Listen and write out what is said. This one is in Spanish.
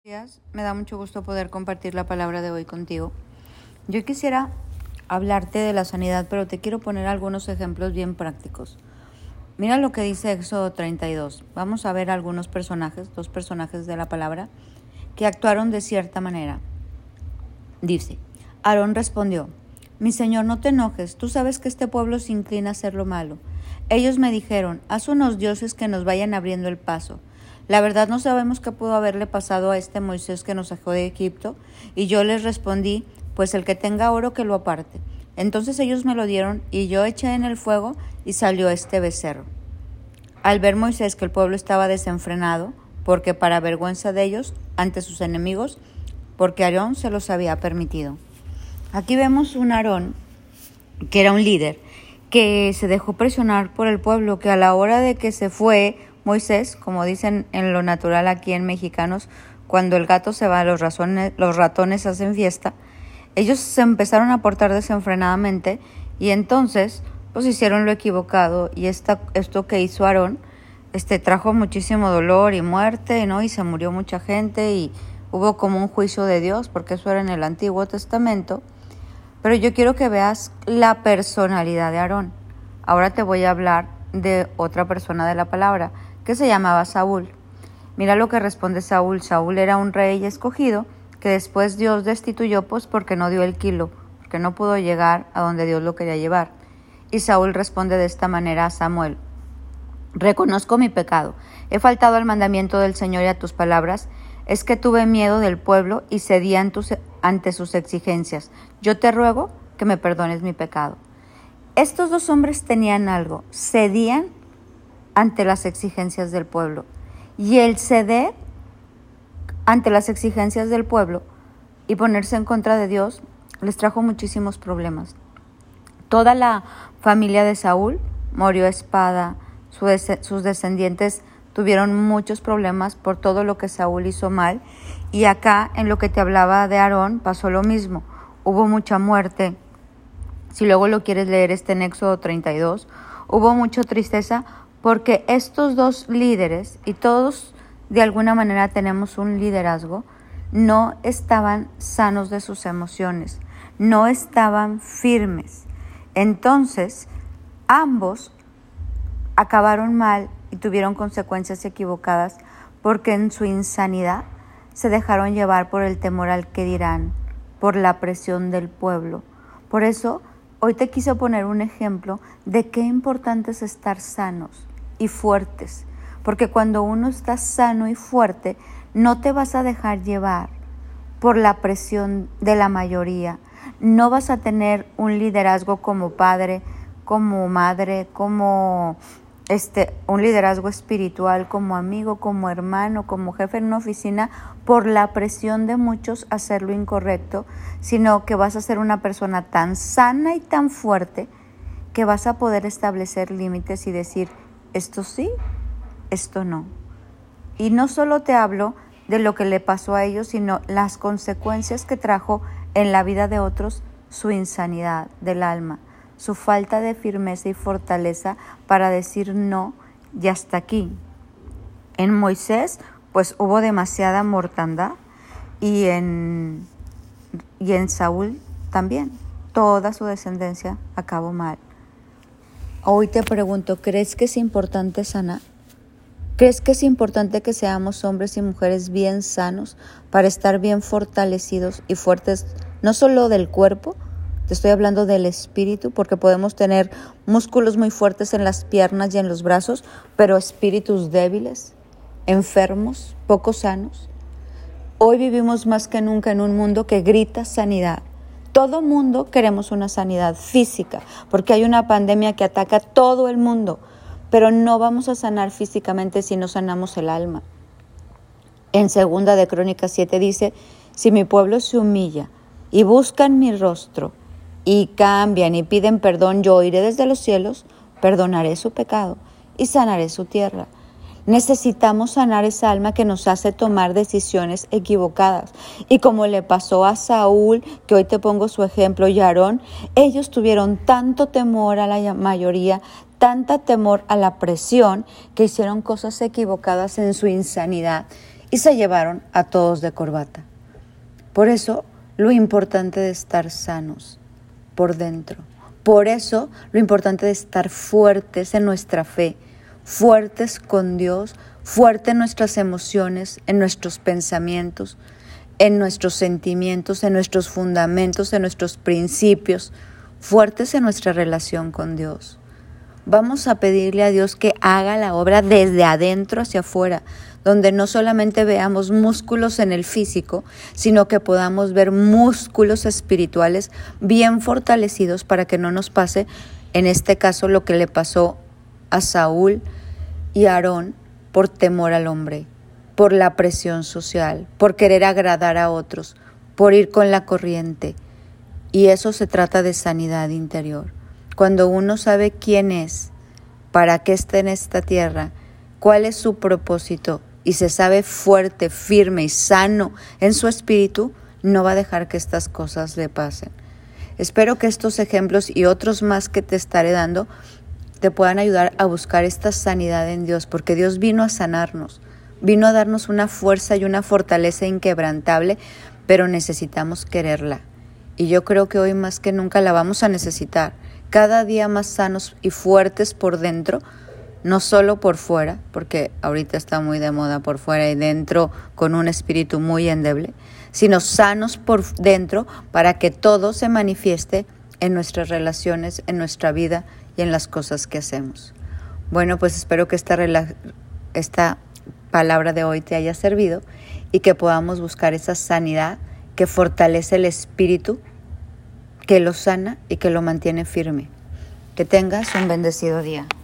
Días. Me da mucho gusto poder compartir la palabra de hoy contigo. Yo quisiera hablarte de la sanidad, pero te quiero poner algunos ejemplos bien prácticos. Mira lo que dice Éxodo 32. Vamos a ver algunos personajes, dos personajes de la palabra, que actuaron de cierta manera. Dice, Aarón respondió, mi señor, no te enojes, tú sabes que este pueblo se inclina a hacer lo malo. Ellos me dijeron, haz unos dioses que nos vayan abriendo el paso. La verdad no sabemos qué pudo haberle pasado a este Moisés que nos sacó de Egipto, y yo les respondí, pues el que tenga oro que lo aparte. Entonces ellos me lo dieron, y yo eché en el fuego, y salió este becerro. Al ver Moisés que el pueblo estaba desenfrenado, porque para vergüenza de ellos, ante sus enemigos, porque Aarón se los había permitido. Aquí vemos un Aarón, que era un líder, que se dejó presionar por el pueblo, que a la hora de que se fue Moisés, como dicen en lo natural aquí en mexicanos, cuando el gato se va, los ratones hacen fiesta, ellos se empezaron a portar desenfrenadamente y entonces pues hicieron lo equivocado y esto que hizo Aarón trajo muchísimo dolor y muerte, ¿no? Y se murió mucha gente y hubo como un juicio de Dios, porque eso era en el Antiguo Testamento. Pero yo quiero que veas la personalidad de Aarón. Ahora te voy a hablar de otra persona de la palabra, que se llamaba Saúl. Mira lo que responde Saúl. Saúl era un rey escogido que después Dios destituyó pues porque no dio el kilo, porque no pudo llegar a donde Dios lo quería llevar. Y Saúl responde de esta manera a Samuel. Reconozco mi pecado. He faltado al mandamiento del Señor y a tus palabras. Es que tuve miedo del pueblo y cedí ante sus exigencias. Yo te ruego que me perdones mi pecado. Estos dos hombres tenían algo. Cedían ante las exigencias del pueblo. Y el ceder ante las exigencias del pueblo y ponerse en contra de Dios les trajo muchísimos problemas. Toda la familia de Saúl murió a espada. Sus descendientes tuvieron muchos problemas por todo lo que Saúl hizo mal. Y acá, en lo que te hablaba de Aarón, pasó lo mismo. Hubo mucha muerte. Si luego lo quieres leer, en Éxodo 32. Hubo mucha tristeza porque estos dos líderes, y todos de alguna manera tenemos un liderazgo, no estaban sanos de sus emociones, no estaban firmes. Entonces, ambos acabaron mal y tuvieron consecuencias equivocadas porque en su insanidad se dejaron llevar por el temor al que dirán, por la presión del pueblo. Por eso, hoy te quise poner un ejemplo de qué importante es estar sanos y fuertes, porque cuando uno está sano y fuerte, no te vas a dejar llevar por la presión de la mayoría. No vas a tener un liderazgo como padre, como madre, como un liderazgo espiritual, como amigo, como hermano, como jefe en una oficina, por la presión de muchos a hacer lo incorrecto, sino que vas a ser una persona tan sana y tan fuerte que vas a poder establecer límites y decir, esto sí, esto no. Y no solo te hablo de lo que le pasó a ellos, sino las consecuencias que trajo en la vida de otros su insanidad del alma, su falta de firmeza y fortaleza para decir no y hasta aquí. En Moisés, pues hubo demasiada mortandad y en Saúl también. Toda su descendencia acabó mal. Hoy te pregunto, ¿crees que es importante sanar? ¿Crees que es importante que seamos hombres y mujeres bien sanos para estar bien fortalecidos y fuertes, no solo del cuerpo? Te estoy hablando del espíritu, porque podemos tener músculos muy fuertes en las piernas y en los brazos, pero espíritus débiles, enfermos, poco sanos. Hoy vivimos más que nunca en un mundo que grita sanidad. Todo mundo queremos una sanidad física, porque hay una pandemia que ataca a todo el mundo, pero no vamos a sanar físicamente si no sanamos el alma. En 2 de Crónicas 7 dice, si mi pueblo se humilla y buscan mi rostro y cambian y piden perdón, yo oiré desde los cielos, perdonaré su pecado y sanaré su tierra. Necesitamos sanar esa alma que nos hace tomar decisiones equivocadas. Y como le pasó a Saúl, que hoy te pongo su ejemplo, y a Aarón, ellos tuvieron tanto temor a la mayoría, tanta temor a la presión, que hicieron cosas equivocadas en su insanidad. y se llevaron a todos de corbata. Por eso, lo importante de estar sanos por dentro. Por eso, lo importante de estar fuertes en nuestra fe, fuertes con Dios, fuertes en nuestras emociones, en nuestros pensamientos, en nuestros sentimientos, en nuestros fundamentos, en nuestros principios, fuertes en nuestra relación con Dios. Vamos a pedirle a Dios que haga la obra desde adentro hacia afuera, donde no solamente veamos músculos en el físico, sino que podamos ver músculos espirituales bien fortalecidos para que no nos pase, en este caso, lo que le pasó a Saúl y a Aarón por temor al hombre, por la presión social, por querer agradar a otros, por ir con la corriente. Y eso se trata de sanidad interior. Cuando uno sabe quién es, para qué está en esta tierra, cuál es su propósito y se sabe fuerte, firme y sano en su espíritu, no va a dejar que estas cosas le pasen. Espero que estos ejemplos y otros más que te estaré dando te puedan ayudar a buscar esta sanidad en Dios, porque Dios vino a sanarnos, vino a darnos una fuerza y una fortaleza inquebrantable, pero necesitamos quererla. Y yo creo que hoy más que nunca la vamos a necesitar, cada día más sanos y fuertes por dentro, no solo por fuera, porque ahorita está muy de moda por fuera y dentro con un espíritu muy endeble, sino sanos por dentro para que todo se manifieste en nuestras relaciones, en nuestra vida y en las cosas que hacemos. Bueno, pues espero que esta palabra de hoy te haya servido y que podamos buscar esa sanidad que fortalece el espíritu, que lo sana y que lo mantiene firme. Que tengas un bendecido día.